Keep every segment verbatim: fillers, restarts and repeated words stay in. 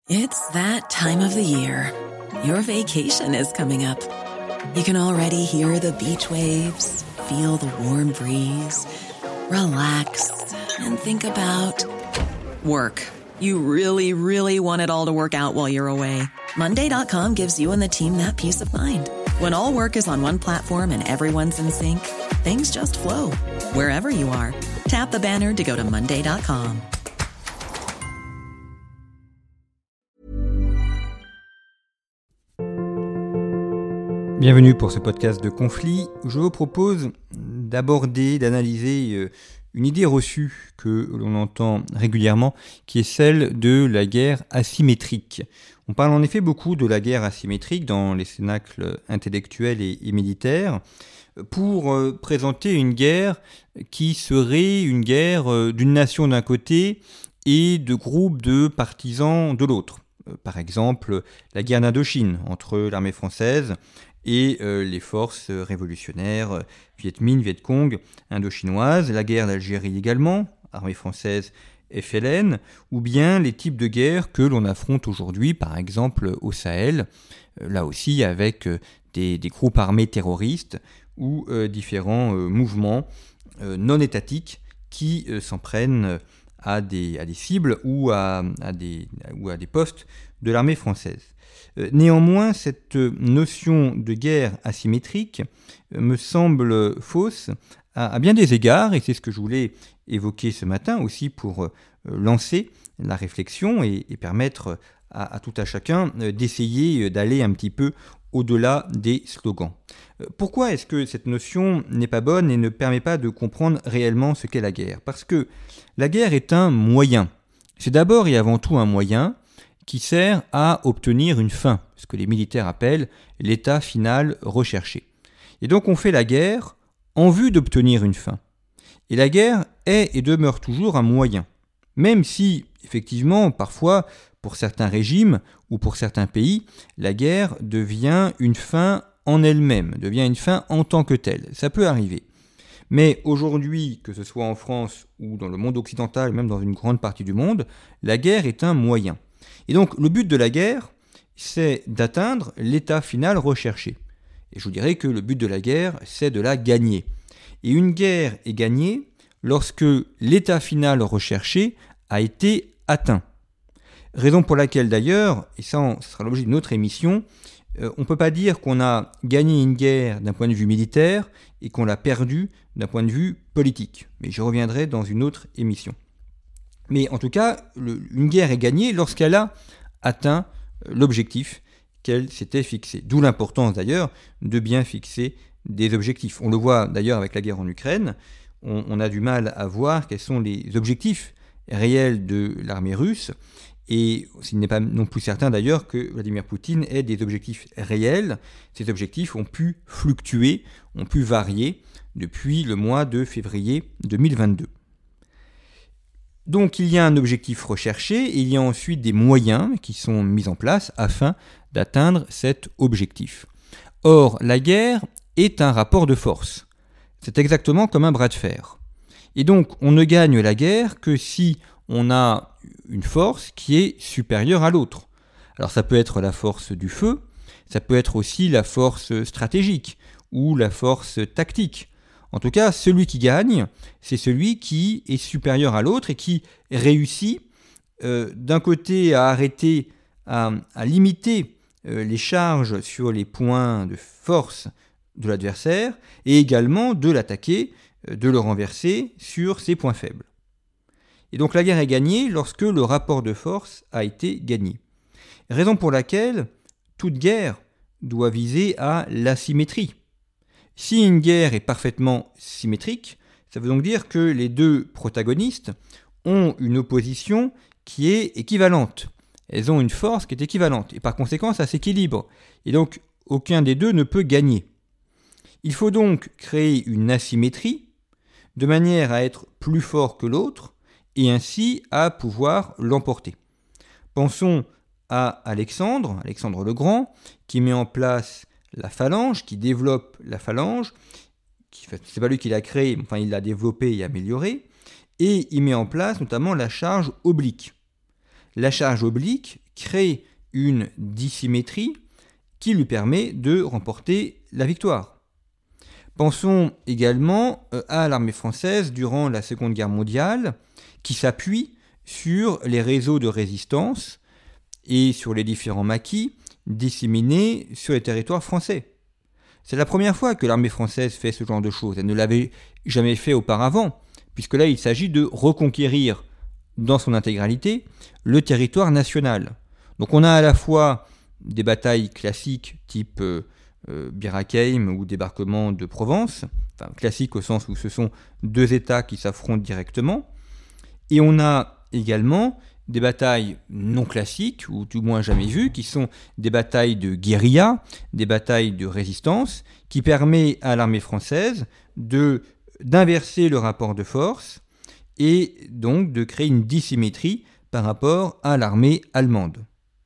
It's that time of the year. Your vacation is coming up. You can already hear the beach waves, feel the warm breeze, relax, and think about work. You really, really want it all to work out while you're away. Monday dot com gives you and the team that peace of mind. When all work is on one platform and everyone's in sync, things just flow. Wherever you are, tap the banner to go to Monday dot com. Bienvenue pour ce podcast de conflit où je vous propose d'aborder, d'analyser une idée reçue que l'on entend régulièrement, qui est celle de la guerre asymétrique. On parle en effet beaucoup de la guerre asymétrique dans les cénacles intellectuels et, et militaires pour euh, présenter une guerre qui serait une guerre euh, d'une nation d'un côté et de groupes de partisans de l'autre. Euh, par exemple, la guerre d'Indochine entre l'armée française et euh, les forces révolutionnaires euh, Viet Minh, Viet Cong, indo-chinoises, la guerre d'Algérie également, armée française, F L N, ou bien les types de guerres que l'on affronte aujourd'hui, par exemple au Sahel, euh, là aussi avec euh, des, des groupes armés terroristes ou euh, différents euh, mouvements euh, non étatiques qui euh, s'en prennent à des, à des cibles ou à, à, des, ou à des postes de l'armée française. Néanmoins, cette notion de guerre asymétrique me semble fausse à, à bien des égards, et c'est ce que je voulais évoquer ce matin aussi pour lancer la réflexion et, et permettre à, à tout à chacun d'essayer d'aller un petit peu au-delà des slogans. Pourquoi est-ce que cette notion n'est pas bonne et ne permet pas de comprendre réellement ce qu'est la guerre ? Parce que la guerre est un moyen. C'est d'abord et avant tout un moyen qui sert à obtenir une fin, ce que les militaires appellent l'état final recherché. Et donc on fait la guerre en vue d'obtenir une fin. Et la guerre est et demeure toujours un moyen, même si, effectivement, parfois, pour certains régimes ou pour certains pays, la guerre devient une fin en elle-même, devient une fin en tant que telle. Ça peut arriver. Mais aujourd'hui, que ce soit en France ou dans le monde occidental, même dans une grande partie du monde, la guerre est un moyen. Et donc, le but de la guerre, c'est d'atteindre l'état final recherché. Et je vous dirais que le but de la guerre, c'est de la gagner. Et une guerre est gagnée lorsque l'état final recherché a été atteint. Raison pour laquelle d'ailleurs, et ça, ça sera l'objet d'une autre émission, euh, on ne peut pas dire qu'on a gagné une guerre d'un point de vue militaire et qu'on l'a perdue d'un point de vue politique. Mais j'y reviendrai dans une autre émission. Mais en tout cas, le, une guerre est gagnée lorsqu'elle a atteint l'objectif qu'elle s'était fixé. D'où l'importance d'ailleurs de bien fixer des objectifs. On le voit d'ailleurs avec la guerre en Ukraine, on, on a du mal à voir quels sont les objectifs réels de l'armée russe, et il n'est pas non plus certain d'ailleurs que Vladimir Poutine ait des objectifs réels. Ces objectifs ont pu fluctuer, ont pu varier depuis le mois de février deux mille vingt-deux. Donc il y a un objectif recherché et il y a ensuite des moyens qui sont mis en place afin d'atteindre cet objectif. Or, la guerre est un rapport de force. C'est exactement comme un bras de fer. Et donc on ne gagne la guerre que si on a une force qui est supérieure à l'autre. Alors ça peut être la force du feu, ça peut être aussi la force stratégique ou la force tactique. En tout cas, celui qui gagne, c'est celui qui est supérieur à l'autre et qui réussit euh, d'un côté à arrêter, à, à limiter euh, les charges sur les points de force de l'adversaire et également de l'attaquer, euh, de le renverser sur ses points faibles. Et donc la guerre est gagnée lorsque le rapport de force a été gagné. Raison pour laquelle toute guerre doit viser à l'asymétrie. Si une guerre est parfaitement symétrique, ça veut donc dire que les deux protagonistes ont une opposition qui est équivalente. Elles ont une force qui est équivalente, et par conséquent, ça s'équilibre. Et donc, aucun des deux ne peut gagner. Il faut donc créer une asymétrie, de manière à être plus fort que l'autre, et ainsi à pouvoir l'emporter. Pensons à Alexandre, Alexandre le Grand, qui met en place la phalange, qui développe la phalange, qui, c'est pas lui qui l'a créée, enfin il l'a développée et améliorée, et il met en place notamment la charge oblique. La charge oblique crée une dissymétrie qui lui permet de remporter la victoire. Pensons également à l'armée française durant la Seconde Guerre mondiale, qui s'appuie sur les réseaux de résistance et sur les différents maquis disséminés sur les territoires français. C'est la première fois que l'armée française fait ce genre de choses. Elle ne l'avait jamais fait auparavant, puisque là il s'agit de reconquérir dans son intégralité le territoire national. Donc on a à la fois des batailles classiques type euh, euh, Bir Hakeim ou débarquement de Provence, enfin classiques au sens où ce sont deux États qui s'affrontent directement, et on a également des batailles non classiques, ou tout moins jamais vues, qui sont des batailles de guérilla, des batailles de résistance, qui permettent à l'armée française de, d'inverser le rapport de force et donc de créer une dissymétrie par rapport à l'armée allemande.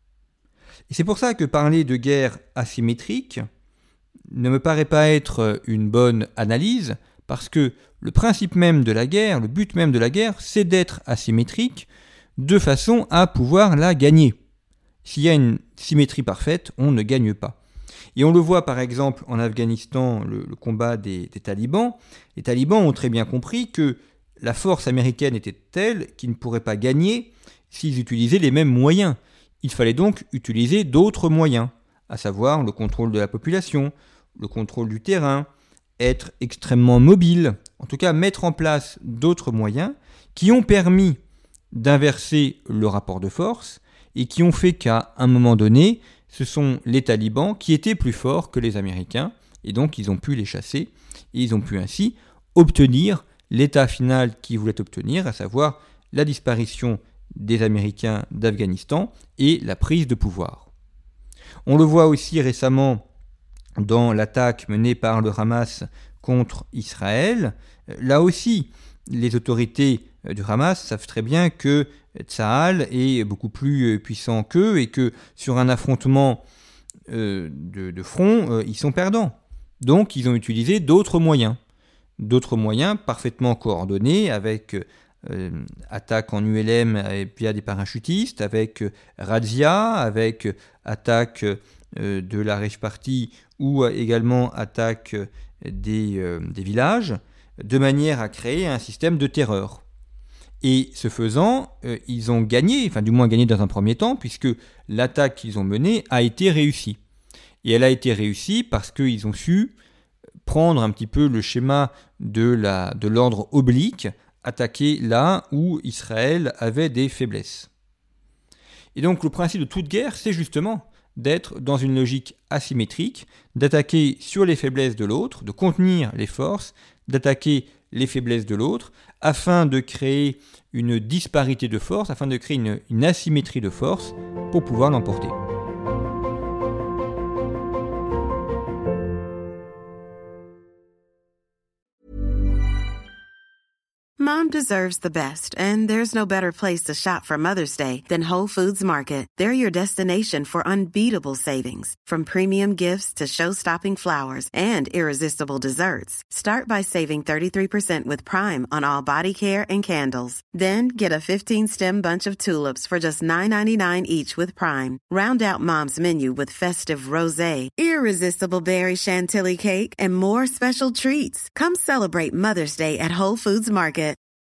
Et c'est pour ça que parler de guerre asymétrique ne me paraît pas être une bonne analyse, parce que le principe même de la guerre, le but même de la guerre, c'est d'être asymétrique, de façon à pouvoir la gagner. S'il y a une symétrie parfaite, on ne gagne pas. Et on le voit par exemple en Afghanistan, le, le combat des, des talibans. Les talibans ont très bien compris que la force américaine était telle qu'ils ne pourraient pas gagner s'ils utilisaient les mêmes moyens. Il fallait donc utiliser d'autres moyens, à savoir le contrôle de la population, le contrôle du terrain, être extrêmement mobile, en tout cas mettre en place d'autres moyens qui ont permis d'inverser le rapport de force et qui ont fait qu'à un moment donné, ce sont les talibans qui étaient plus forts que les Américains et donc ils ont pu les chasser et ils ont pu ainsi obtenir l'état final qu'ils voulaient obtenir, à savoir la disparition des Américains d'Afghanistan et la prise de pouvoir. On le voit aussi récemment dans l'attaque menée par le Hamas contre Israël. Là aussi, les autorités du Hamas savent très bien que Tsahal est beaucoup plus puissant qu'eux et que sur un affrontement euh, de, de front, euh, ils sont perdants. Donc ils ont utilisé d'autres moyens, d'autres moyens parfaitement coordonnés avec euh, attaque en U L M via des parachutistes, avec euh, razzia, avec euh, attaque euh, de la Rage Party ou euh, également attaque des, euh, des villages, de manière à créer un système de terreur. Et ce faisant, euh, ils ont gagné, enfin du moins gagné dans un premier temps, puisque l'attaque qu'ils ont menée a été réussie. Et elle a été réussie parce qu'ils ont su prendre un petit peu le schéma de, la, de l'ordre oblique, attaquer là où Israël avait des faiblesses. Et donc le principe de toute guerre, c'est justement d'être dans une logique asymétrique, d'attaquer sur les faiblesses de l'autre, de contenir les forces, d'attaquer les faiblesses de l'autre, afin de créer une disparité de force, afin de créer une, une asymétrie de force pour pouvoir l'emporter. Mom deserves the best, and there's no better place to shop for Mother's Day than Whole Foods Market. They're your destination for unbeatable savings, from premium gifts to show-stopping flowers and irresistible desserts. Start by saving thirty-three percent with Prime on all body care and candles. Then get a fifteen-stem bunch of tulips for just nine ninety-nine each with Prime. Round out Mom's menu with festive rosé, irresistible berry chantilly cake, and more special treats. Come celebrate Mother's Day at Whole Foods Market.